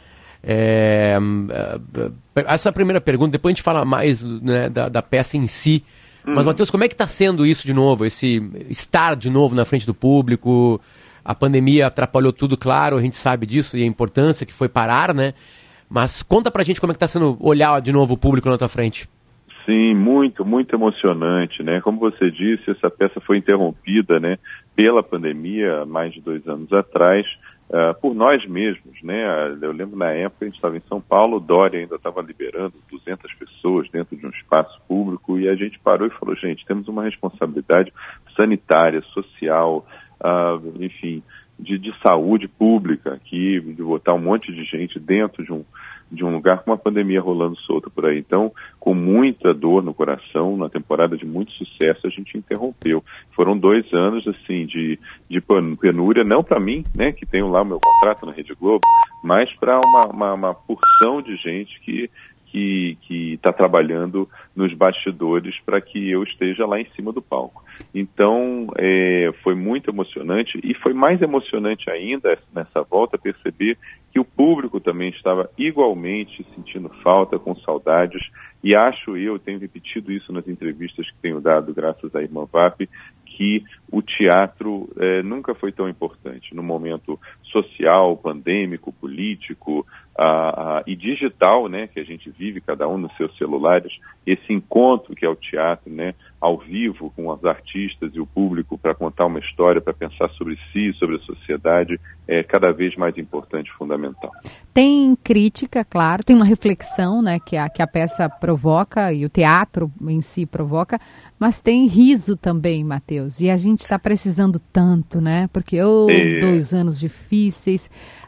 É, essa é a primeira pergunta, depois a gente fala mais, né, da, da peça em si. Mas, Matheus, como é que está sendo isso de novo? Esse estar de novo na frente do público? A pandemia atrapalhou tudo, claro, a gente sabe disso e a importância que foi parar, né? Mas conta pra gente como é que está sendo olhar de novo o público na tua frente. Sim, muito, muito emocionante, né? Como você disse, essa peça foi interrompida, né, pela pandemia há mais de dois anos atrás, uh, por nós mesmos, né? Eu lembro na época a gente estava em São Paulo, o Dória ainda estava liberando duzentas pessoas dentro de um espaço público e a gente parou e falou, gente, temos uma responsabilidade sanitária, social, uh, enfim, de, de saúde pública aqui, de botar um monte de gente dentro de um de um lugar com uma pandemia rolando solta por aí. Então, com muita dor no coração, na temporada de muito sucesso, a gente interrompeu. Foram dois anos, assim, de, de penúria, não para mim, né, que tenho lá o meu contrato na Rede Globo, mas para uma, uma, uma porção de gente que que que está trabalhando nos bastidores para que eu esteja lá em cima do palco. Então, é, foi muito emocionante e foi mais emocionante ainda nessa volta perceber que o público também estava igualmente sentindo falta, com saudades, e acho eu, tenho repetido isso nas entrevistas que tenho dado graças à Irmã V A P, que o teatro eh, nunca foi tão importante no momento social, pandêmico, político ah, ah, e digital, né, que a gente vive, cada um nos seus celulares. Esse encontro que é o teatro, né, ao vivo com os artistas e o público para contar uma história, para pensar sobre si, sobre a sociedade, é cada vez mais importante e fundamental. Tem crítica, claro, tem uma reflexão, né, que a, que a peça provoca e o teatro em si provoca, mas tem riso também, Matheus, e a gente está precisando tanto, né, porque oh, é. dois anos difíceis,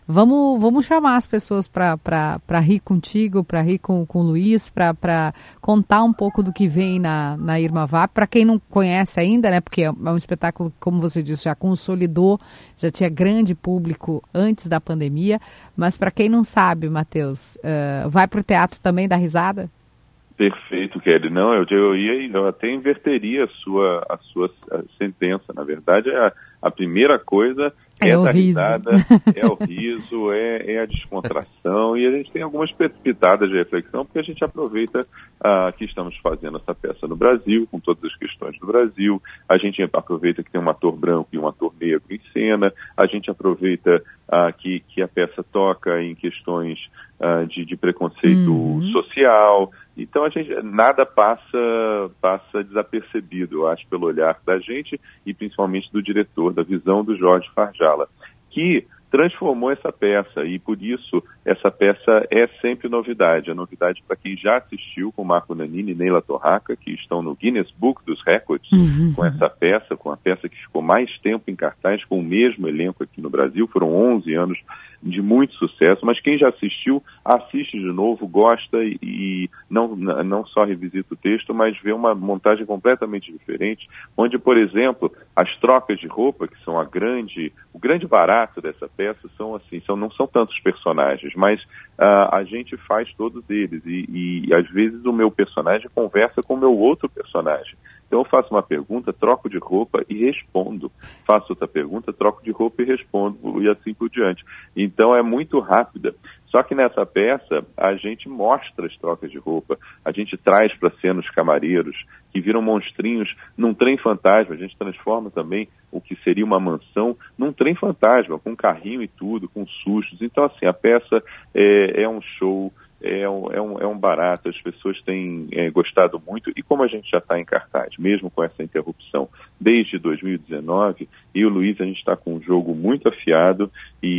Vamos, vamos chamar as pessoas para rir contigo, para rir com, com o Luiz, para contar um pouco do que vem na, na Irma V A P. Para quem não conhece ainda, né, porque é um espetáculo, como você disse, já consolidou, já tinha grande público antes da pandemia, mas para quem não sabe, Matheus, uh, vai para o teatro também dar risada? Perfeito, Kelly. Não, eu, eu ia, eu até inverteria a sua, a sua sentença. Na verdade, a, a primeira coisa é, é dar risada, é o riso, é, é a descontração, e a gente tem algumas pitadas de reflexão, porque a gente aproveita uh, que estamos fazendo essa peça no Brasil, com todas as questões do Brasil, a gente aproveita que tem um ator branco e um ator negro em cena, a gente aproveita uh, que, que a peça toca em questões uh, de, de preconceito uhum. social. Então, a gente, nada passa, passa desapercebido, eu acho, pelo olhar da gente e principalmente do diretor, da visão do Jorge Farjala, que transformou essa peça, e por isso essa peça é sempre novidade. É novidade para quem já assistiu, com Marco Nanini e Neila Torraca, que estão no Guinness Book dos Records, uhum. com essa peça, com a peça que ficou mais tempo em cartaz, com o mesmo elenco aqui no Brasil. Foram onze anos de muito sucesso, mas quem já assistiu, assiste de novo, gosta e, e não, não só revisita o texto, mas vê uma montagem completamente diferente, onde, por exemplo, as trocas de roupa, que são a grande, o grande barato dessa peça, são assim, são, não são tantos personagens, mas uh, a gente faz todos eles, e, e às vezes o meu personagem conversa com o meu outro personagem. Então eu faço uma pergunta, troco de roupa e respondo. Faço outra pergunta, troco de roupa e respondo, e assim por diante. Então é muito rápida. Só que nessa peça a gente mostra as trocas de roupa, a gente traz para cena os camareiros, que viram monstrinhos num trem fantasma. A gente transforma também o que seria uma mansão num trem fantasma, com carrinho e tudo, com sustos. Então assim, a peça é, é um show. É um, é, um, é um barato, as pessoas têm é, gostado muito, e como a gente já está em cartaz, mesmo com essa interrupção desde dois mil e dezenove, e o Luiz, a gente está com um jogo muito afiado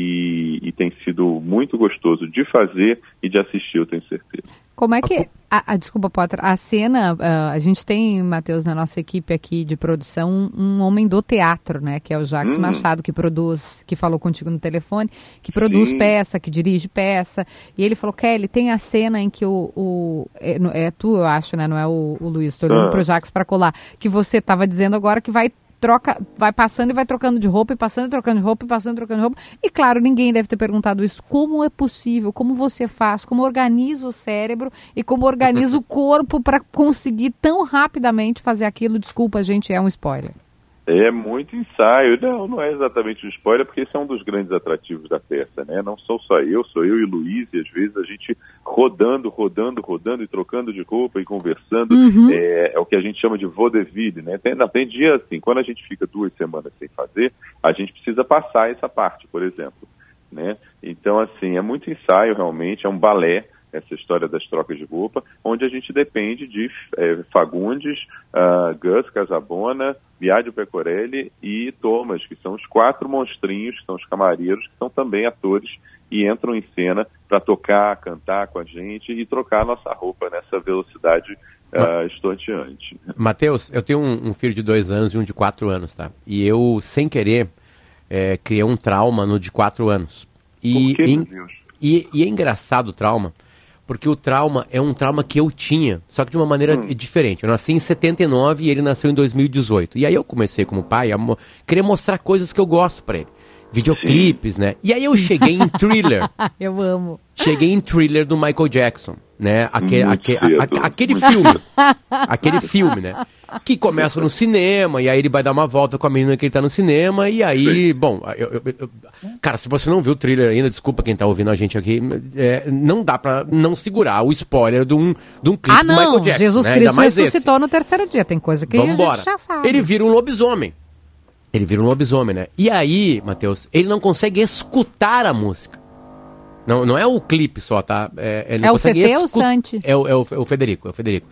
e, e tem sido muito gostoso de fazer e de assistir, eu tenho certeza. Como é que... A, a, desculpa, Potter, a cena, uh, a gente tem, Matheus, na nossa equipe aqui de produção, um, um homem do teatro, né, que é o Jacques hum. Machado, que produz, que falou contigo no telefone, que produz Sim. peça, que dirige peça, e ele falou, Kelly, tem a cena em que o... o é, é tu, eu acho, né, não é o, o Luiz, estou olhando ah. pro Jacques para colar, que você estava dizendo agora que vai troca, vai passando e vai trocando de roupa, e passando e trocando de roupa, e passando e trocando de roupa. E claro, ninguém deve ter perguntado isso. Como é possível? Como você faz? Como organiza o cérebro e como organiza o corpo para conseguir tão rapidamente fazer aquilo? Desculpa, gente, é um spoiler. É muito ensaio. Não, não é exatamente um spoiler, porque esse é um dos grandes atrativos da peça, né? Não sou só eu, sou eu e o Luiz, e às vezes a gente rodando, rodando, rodando e trocando de roupa e conversando. Uhum. É, é o que a gente chama de vaudeville, né? Tem, tem dia assim, quando a gente fica duas semanas sem fazer, a gente precisa passar essa parte, por exemplo, né? Então, assim, é muito ensaio realmente, é um balé, essa história das trocas de roupa, onde a gente depende de é, Fagundes, uh, Gus Casabona, Biagio Pecorelli e Thomas, que são os quatro monstrinhos, que são os camareiros, que são também atores e entram em cena para tocar, cantar com a gente e trocar a nossa roupa nessa velocidade uh, estonteante. Matheus, eu tenho um, um filho de dois anos e um de quatro anos, tá? E eu, sem querer, é, criei um trauma no de quatro anos. E, Por que, em, e, e é engraçado o trauma, porque o trauma é um trauma que eu tinha, só que de uma maneira hum. diferente. Eu nasci em setenta e nove e ele nasceu em dois mil e dezoito. E aí eu comecei como pai a mo- querer mostrar coisas que eu gosto pra ele. Videoclipes, Sim. né? E aí eu cheguei em Thriller. Eu amo. Cheguei em Thriller do Michael Jackson, né? Aquele, aque, a, a, aquele filme. Aquele filme, né? Que começa no cinema, e aí ele vai dar uma volta com a menina que ele tá no cinema, e aí, Sim. bom, eu, eu, eu, cara, se você não viu o Thriller ainda, desculpa quem tá ouvindo a gente aqui, é, não dá pra não segurar o spoiler de um, de um clipe ah, não, do Michael Jackson. Jesus né? Cristo ressuscitou esse. no terceiro dia, tem coisa que Vambora. a gente já sabe. Ele vira um lobisomem. Ele vira um lobisomem, né? E aí, Matheus, ele não consegue escutar a música. Não, não é o clipe só, tá? É, ele não é consegue o Fefe escu- ou o Santi? É o, é, o, é o Federico, é o Federico.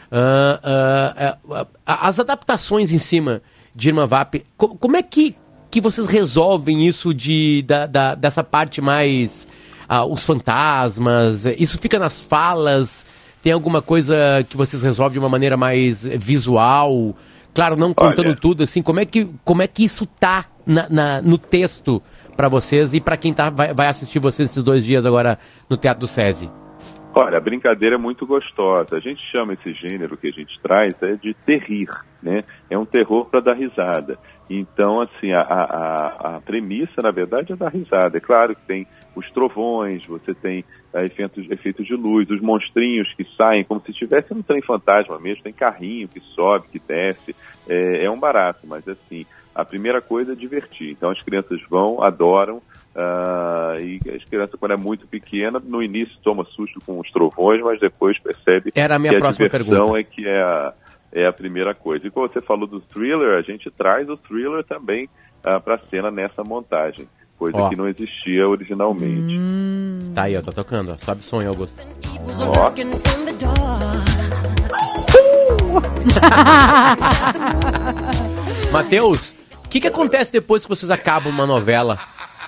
Uh, uh, uh, uh, as adaptações em cima de Irma V A P, co- como é que, que vocês resolvem isso de, da, da, dessa parte mais... Uh, os fantasmas, isso fica nas falas? Tem alguma coisa que vocês resolvem de uma maneira mais visual? Claro, não contando Olha, tudo, assim, como é que, como é que isso tá na, na, no texto para vocês e para quem tá, vai, vai assistir vocês esses dois dias agora no Teatro do SESI? Olha, a brincadeira é muito gostosa. A gente chama esse gênero que a gente traz é de terrir, né? É um terror para dar risada. Então, assim, a, a, a premissa, na verdade, é dar risada. É claro que tem os trovões, você tem é, efeitos, efeitos de luz, os monstrinhos que saem como se estivesse um trem fantasma mesmo, tem carrinho que sobe, que desce. É, é um barato, mas assim, a primeira coisa é divertir. Então, as crianças vão, adoram. Uh, e as crianças, quando é muito pequena, no início toma susto com os trovões, mas depois percebe Era a minha que próxima a diversão pergunta. é que é a, é a primeira coisa. E como você falou do thriller, a gente traz o thriller também uh, para a cena nessa montagem, coisa Ó. que não existia originalmente. Hum. Tá aí, ó, tá tocando, ó. Sobe o som aí, Augusto. Ó. Matheus, o que que acontece depois que vocês acabam uma novela?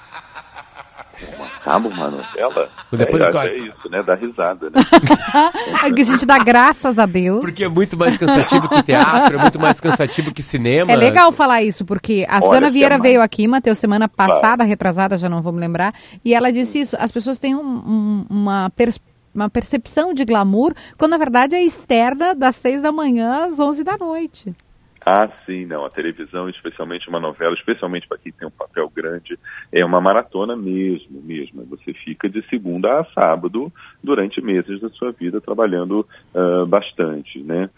Acaba uma novela? Depois é, do- é isso, né? Dá risada, né? É que a gente dá graças a Deus. Porque é muito mais cansativo que teatro, é muito mais cansativo que cinema. É legal falar isso, porque a Olha, Susana Vieira que é veio aqui, Matheus, semana passada, retrasada, já não vou me lembrar, e ela disse isso, as pessoas têm um- um- uma, pers- uma percepção de glamour, quando na verdade é externa das seis da manhã às onze da noite. Ah, sim, não. A televisão, especialmente uma novela, especialmente para quem tem um papel grande, é uma maratona mesmo, mesmo. Você fica de segunda a sábado durante meses da sua vida trabalhando uh, bastante, né?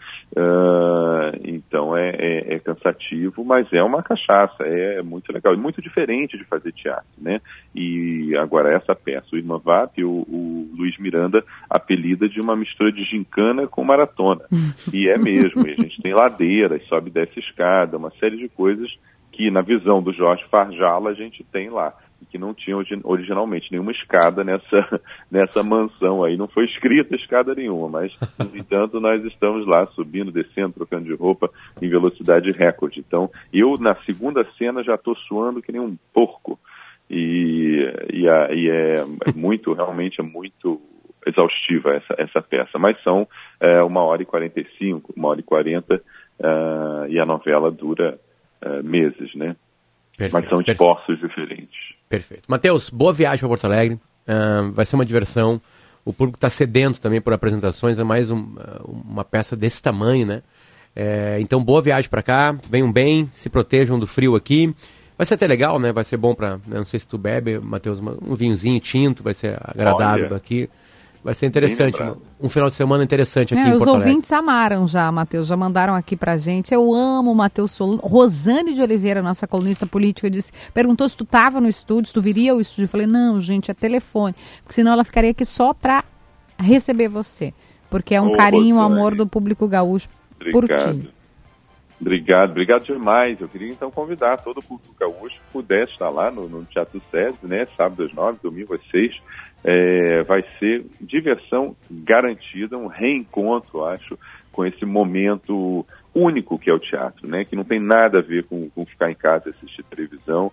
Uh, então é, é, é cansativo, mas é uma cachaça, é muito legal, é muito diferente de fazer teatro, né? E agora essa peça, o Irmã Vap, o, o Luiz Miranda apelida de uma mistura de gincana com maratona. E é mesmo, e a gente tem ladeiras, sobe e desce escada, uma série de coisas que na visão do Jorge Farjala a gente tem lá, e que não tinha origi- originalmente nenhuma escada nessa, nessa mansão aí, não foi escrita escada nenhuma, mas no entanto nós estamos lá subindo, descendo, trocando de roupa em velocidade recorde. Então eu na segunda cena já estou suando que nem um porco, e, e, a, e é muito, realmente é muito exaustiva essa, essa peça, mas são é, uma hora e quarenta e cinco, uma hora e quarenta, uh, e a novela dura uh, meses, né? Perfeito, mas são esforços diferentes. Perfeito. Matheus, boa viagem para Porto Alegre, uh, vai ser uma diversão, o público está sedento também por apresentações, é mais um, uh, uma peça desse tamanho, né? É, então boa viagem para cá, venham bem, se protejam do frio aqui. Vai ser até legal, né? Vai ser bom para, não sei se tu bebe, Matheus, uma- um vinhozinho tinto, vai ser agradável Olha. aqui. Vai ser interessante, Bem lembrado. um final de semana interessante aqui É, em os Porto Alegre. ouvintes amaram já, Matheus, já mandaram aqui pra gente. Eu amo o Matheus Solano. Rosane de Oliveira, nossa colunista política, disse, perguntou se tu estava no estúdio, se tu viria ao estúdio. Eu falei, não, gente, é telefone, porque senão ela ficaria aqui só pra receber você. Porque é um Ô, carinho, um Rosane. amor do público gaúcho por Obrigado. ti. Obrigado, obrigado demais. Eu queria então convidar todo o público gaúcho que pudesse estar lá no, no Teatro do SESI, né? Sábado às nove, domingo às seis. É, vai ser diversão garantida, um reencontro, acho, com esse momento único que é o teatro, né? Que não tem nada a ver com, com ficar em casa e assistir televisão.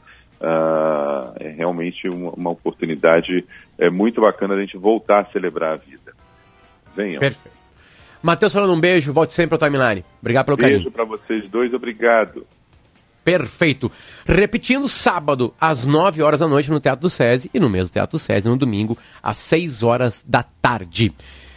Ah, é realmente uma, uma oportunidade é, muito bacana a gente voltar a celebrar a vida. Venham. Perfeito. Matheus Solano, um beijo, volte sempre ao Timeline. Obrigado pelo Beijo carinho. para vocês dois, obrigado. Perfeito. Repetindo, sábado, às nove horas da noite no Teatro do SESI e no mesmo Teatro do SESI no domingo, às seis horas da tarde.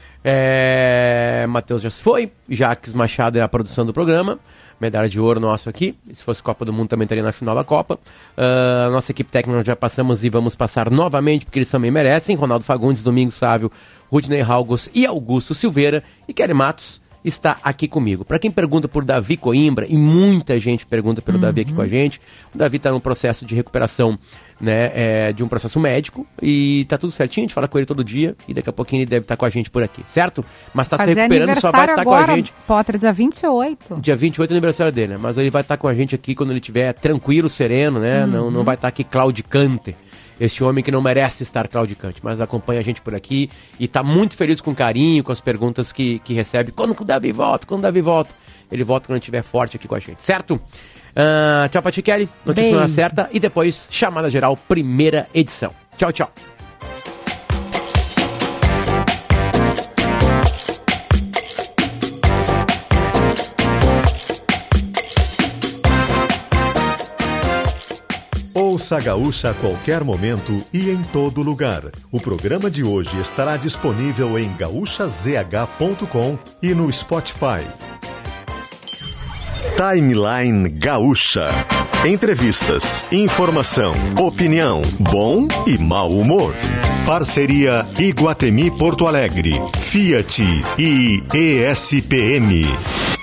É... Matheus já se foi, Jacques Machado é a produção do programa, medalha de ouro nosso aqui, se fosse Copa do Mundo também estaria na final da Copa. Uh, nossa equipe técnica nós já passamos e vamos passar novamente, porque eles também merecem. Ronaldo Fagundes, Domingos Sávio, Rudney Halgos e Augusto Silveira. E Kelly Matos está aqui comigo. Para quem pergunta por Davi Coimbra, e muita gente pergunta pelo Uhum. Davi aqui com a gente, o Davi está num processo de recuperação, né, é, de um processo médico, e tá tudo certinho, a gente fala com ele todo dia, e daqui a pouquinho ele deve estar com a gente por aqui, certo? Mas tá se Fazer recuperando, só vai aniversário estar com a agora, gente. Potter, dia vinte e oito. Dia vinte e oito é aniversário dele, né? Mas ele vai estar com a gente aqui quando ele estiver tranquilo, sereno, né? Uhum. Não, não vai estar aqui claudicante. Este homem que não merece estar claudicante, mas acompanha a gente por aqui e está muito feliz com carinho, com as perguntas que, que recebe. Quando que o Davi volta? Quando o Davi volta? Ele volta quando estiver forte aqui com a gente, certo? Uh, tchau pra ti, Kelly. Notícia na Beijo. certa. E depois, chamada geral, primeira edição. Tchau, tchau. Ouça a Gaúcha a qualquer momento e em todo lugar. O programa de hoje estará disponível em gaúcha z h ponto com e no Spotify. Timeline Gaúcha. Entrevistas, informação, opinião, bom e mau humor. Parceria Iguatemi Porto Alegre, Fiat e E S P M.